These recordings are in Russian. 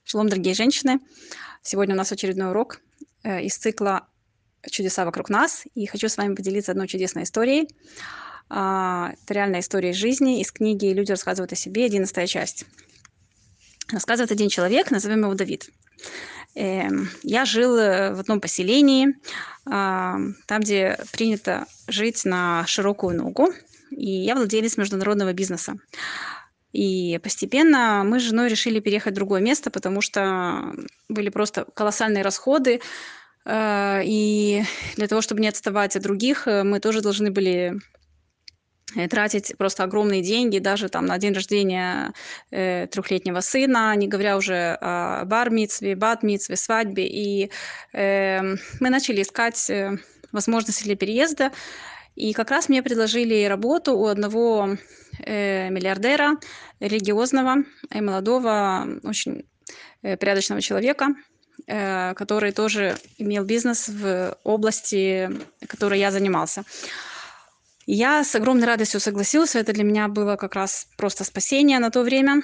Шалом, дорогие женщины! Сегодня у нас очередной урок из цикла «Чудеса вокруг нас». И хочу с вами поделиться одной чудесной историей. Это реальная история из жизни, из книги «Люди рассказывают о себе», 11 часть. Рассказывает один человек, назовем его Давид. Я жил в одном поселении, там, где принято жить на широкую ногу, и я владелец международного бизнеса. И постепенно мы с женой решили переехать в другое место, потому что были просто колоссальные расходы. И для того, чтобы не отставать от других, мы тоже должны были тратить просто огромные деньги даже там на день рождения трехлетнего сына, не говоря уже о бар-мицве, бат-мицве, свадьбе. И мы начали искать возможности для переезда. И как раз мне предложили работу у одного миллиардера, религиозного, молодого, очень порядочного человека, который тоже имел бизнес в области, которой я занимался. И я с огромной радостью согласился. Это для меня было как раз просто спасение на то время.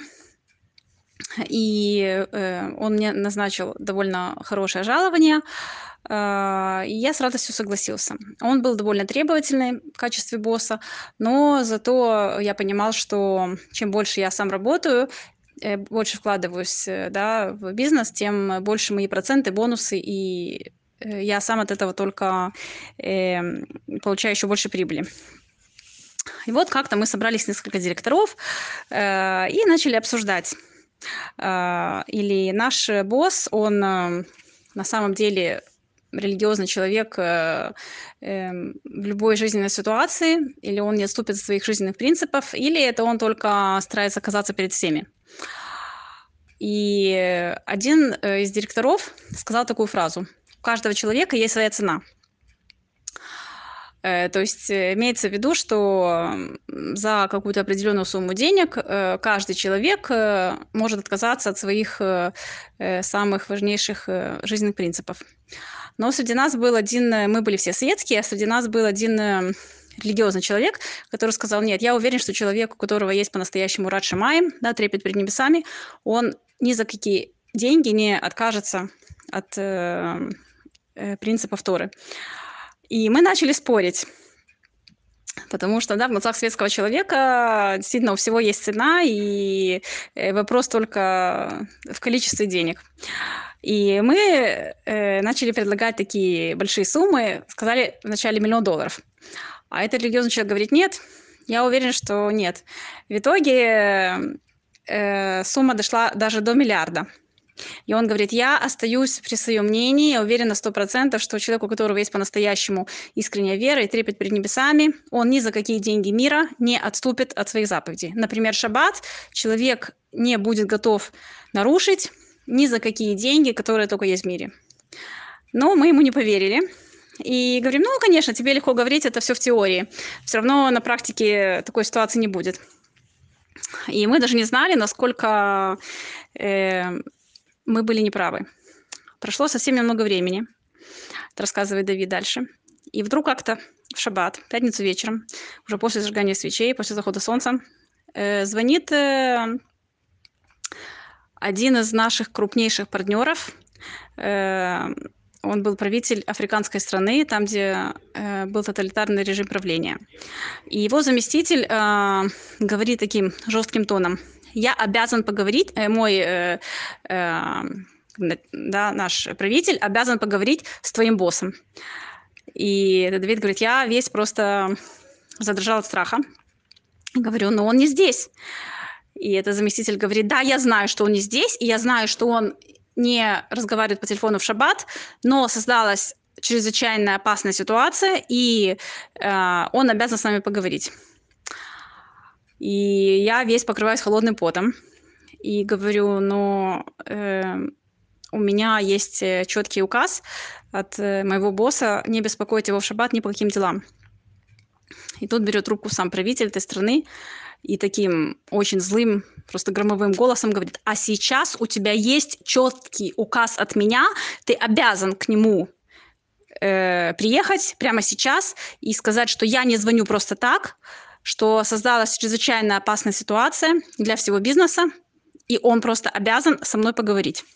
И он мне назначил довольно хорошее жалование, и я с радостью согласился. Он был довольно требовательный в качестве босса, но зато я понимал, что чем больше я сам работаю, больше вкладываюсь в бизнес, тем больше мои проценты, бонусы, и я сам от этого только получаю еще больше прибыли. И вот как-то мы собрались несколько директоров и начали обсуждать. Или наш босс, он на самом деле религиозный человек в любой жизненной ситуации, или он не отступит от своих жизненных принципов, или это он только старается казаться перед всеми. И один из директоров сказал такую фразу: «У каждого человека есть своя цена». То есть имеется в виду, что за какую-то определенную сумму денег каждый человек может отказаться от своих самых важнейших жизненных принципов. Но среди нас был один, мы были все светские, а среди нас был один религиозный человек, который сказал: нет, я уверен, что человек, у которого есть по-настоящему рад шамаим, трепет перед небесами, он ни за какие деньги не откажется от принципов Торы. И мы начали спорить, потому что, в глазах светского человека действительно у всего есть цена, и вопрос только в количестве денег. И мы начали предлагать такие большие суммы, сказали вначале $1 миллион. А этот религиозный человек говорит: нет, я уверен, что нет. В итоге сумма дошла даже до $1 миллиарда. И он говорит: я остаюсь при своем мнении, я уверен на 100%, что человек, у которого есть по-настоящему искренняя вера и трепет перед небесами, он ни за какие деньги мира не отступит от своих заповедей. Например, шаббат человек не будет готов нарушить ни за какие деньги, которые только есть в мире. Но мы ему не поверили. И говорим: конечно, тебе легко говорить, это все в теории. Все равно на практике такой ситуации не будет. И мы даже не знали, насколько мы были неправы. Прошло совсем немного времени, рассказывает Давид дальше. И вдруг как-то в шаббат, в пятницу вечером, уже после зажигания свечей, после захода солнца, звонит один из наших крупнейших партнеров. Он был правитель африканской страны, там, где был тоталитарный режим правления. И его заместитель говорит таким жестким тоном: я обязан поговорить, наш правитель обязан поговорить с твоим боссом. И Давид говорит: я весь просто задрожал от страха. Говорю: но он не здесь. И этот заместитель говорит: да, я знаю, что он не здесь, и я знаю, что он не разговаривает по телефону в шаббат, но создалась чрезвычайно опасная ситуация, и он обязан с нами поговорить. И я весь покрываюсь холодным потом и говорю: у меня есть четкий указ от моего босса не беспокоить его в шаббат ни по каким делам. И тут берет трубку сам правитель этой страны и таким очень злым, просто громовым голосом говорит: а сейчас у тебя есть четкий указ от меня, ты обязан к нему приехать прямо сейчас и сказать, что я не звоню просто так, что создалась чрезвычайно опасная ситуация для всего бизнеса, и он просто обязан со мной поговорить.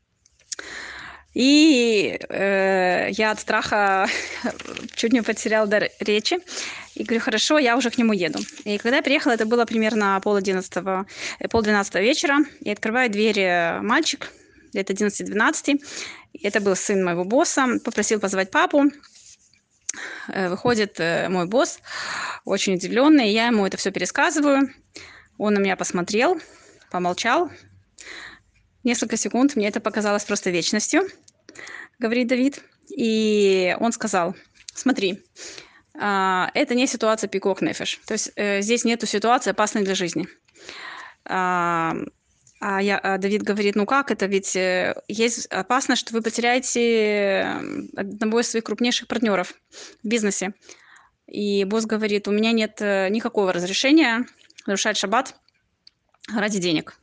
И я от страха чуть не потеряла дар речи. И говорю, хорошо, я уже к нему еду. И когда я приехала, это было примерно полдвенадцатого вечера. И открывает двери мальчик, лет 11-12. Это был сын моего босса. Попросил позвать папу. Выходит мой босс, очень удивленный. Я ему это все пересказываю. Он на меня посмотрел, помолчал. Несколько секунд, мне это показалось просто вечностью, говорит Давид. И он сказал, смотри, это не ситуация пикок нефеш. То есть здесь нету ситуации опасной для жизни. Давид говорит, ну как это, ведь есть опасность, что вы потеряете одного из своих крупнейших партнеров в бизнесе. И босс говорит, у меня нет никакого разрешения нарушать шаббат ради денег.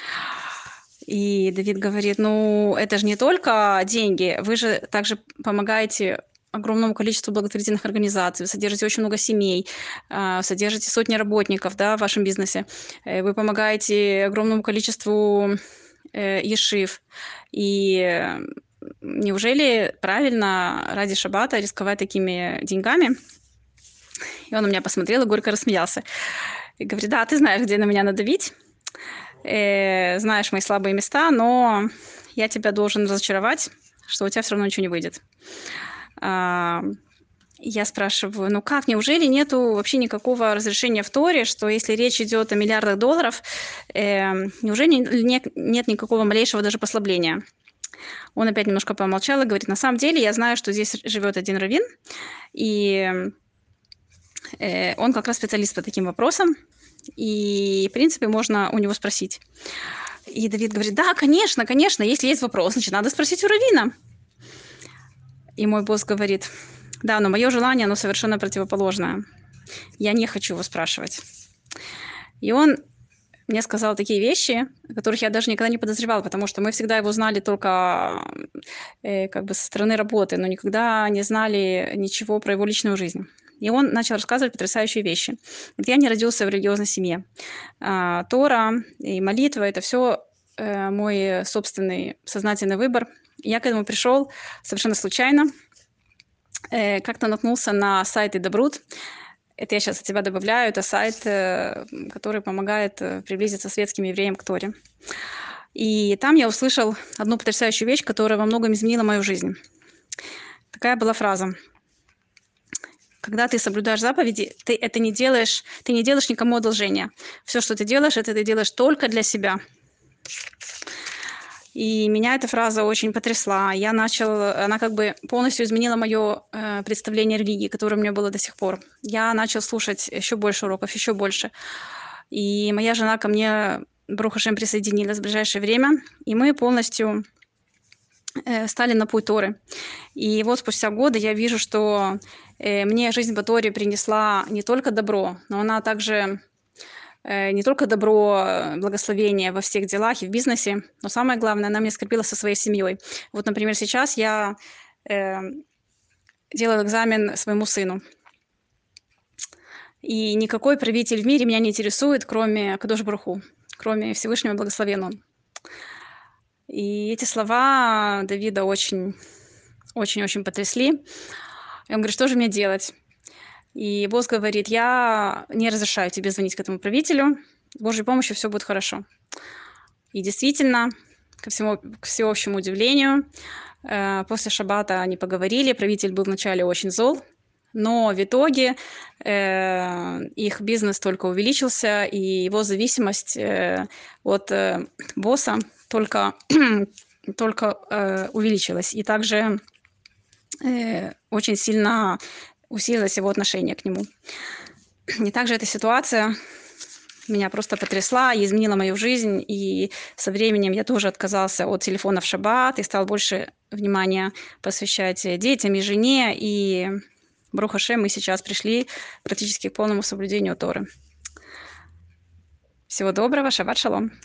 И Давид говорит, ну это же не только деньги, вы же также помогаете огромному количеству благотворительных организаций, вы содержите очень много семей, содержите сотни работников, да, в вашем бизнесе, вы помогаете огромному количеству ешив. И неужели правильно ради шаббата рисковать такими деньгами? И он на меня посмотрел и горько рассмеялся. И говорит, да, ты знаешь, где на меня надавить, знаешь мои слабые места, но я тебя должен разочаровать, что у тебя все равно ничего не выйдет. Я спрашиваю, ну как, неужели нету вообще никакого разрешения в Торе, что если речь идет о миллиардах долларов, неужели нет никакого малейшего даже послабления? Он опять немножко помолчал и говорит, на самом деле я знаю, что здесь живет один раввин, и он как раз специалист по таким вопросам, и, в принципе, можно у него спросить. И Давид говорит, да, конечно, конечно, если есть вопрос, значит, надо спросить у раввина. И мой босс говорит, да, но мое желание, оно совершенно противоположное. Я не хочу его спрашивать. И он мне сказал такие вещи, о которых я даже никогда не подозревала, потому что мы всегда его знали только как бы со стороны работы, но никогда не знали ничего про его личную жизнь. И он начал рассказывать потрясающие вещи. Говорит, я не родился в религиозной семье. Тора и молитва – это все мой собственный сознательный выбор. Я к этому пришел совершенно случайно. Как-то наткнулся на сайт Идабрут. Это я сейчас от тебя добавляю. Это сайт, который помогает приблизиться светским евреям к Торе. И там я услышал одну потрясающую вещь, которая во многом изменила мою жизнь. Такая была фраза. Когда ты соблюдаешь заповеди, ты не делаешь никому одолжения. Все, что ты делаешь, это ты делаешь только для себя. И меня эта фраза очень потрясла. Она как бы полностью изменила мое представление о религии, которое у меня было до сих пор. Я начал слушать еще больше уроков, еще больше. И моя жена ко мне, Барух Ашем, присоединилась в ближайшее время. И мы полностью стали на путь Торы. И вот спустя годы я вижу, что мне жизнь по Торе принесла не только добро, но она также не только добро, благословение во всех делах и в бизнесе, но самое главное, она меня скрепила со своей семьей. Вот, например, сейчас я делаю экзамен своему сыну. И никакой правитель в мире меня не интересует, кроме Кадош Баруху, кроме Всевышнего Благословен Он. И эти слова Давида очень-очень потрясли. И он говорит, что же мне делать? И босс говорит, я не разрешаю тебе звонить к этому правителю, с Божьей помощью все будет хорошо. И действительно, к всеобщему удивлению, после шаббата они поговорили, правитель был вначале очень зол, но в итоге их бизнес только увеличился, и его зависимость от босса только увеличилась. И также очень сильно усилилось его отношение к нему. И также эта ситуация меня просто потрясла и изменила мою жизнь. И со временем я тоже отказался от телефона в шаббат и стал больше внимания посвящать детям и жене. И Барух Ашем, мы сейчас пришли практически к полному соблюдению Торы. Всего доброго, шаббат шалом.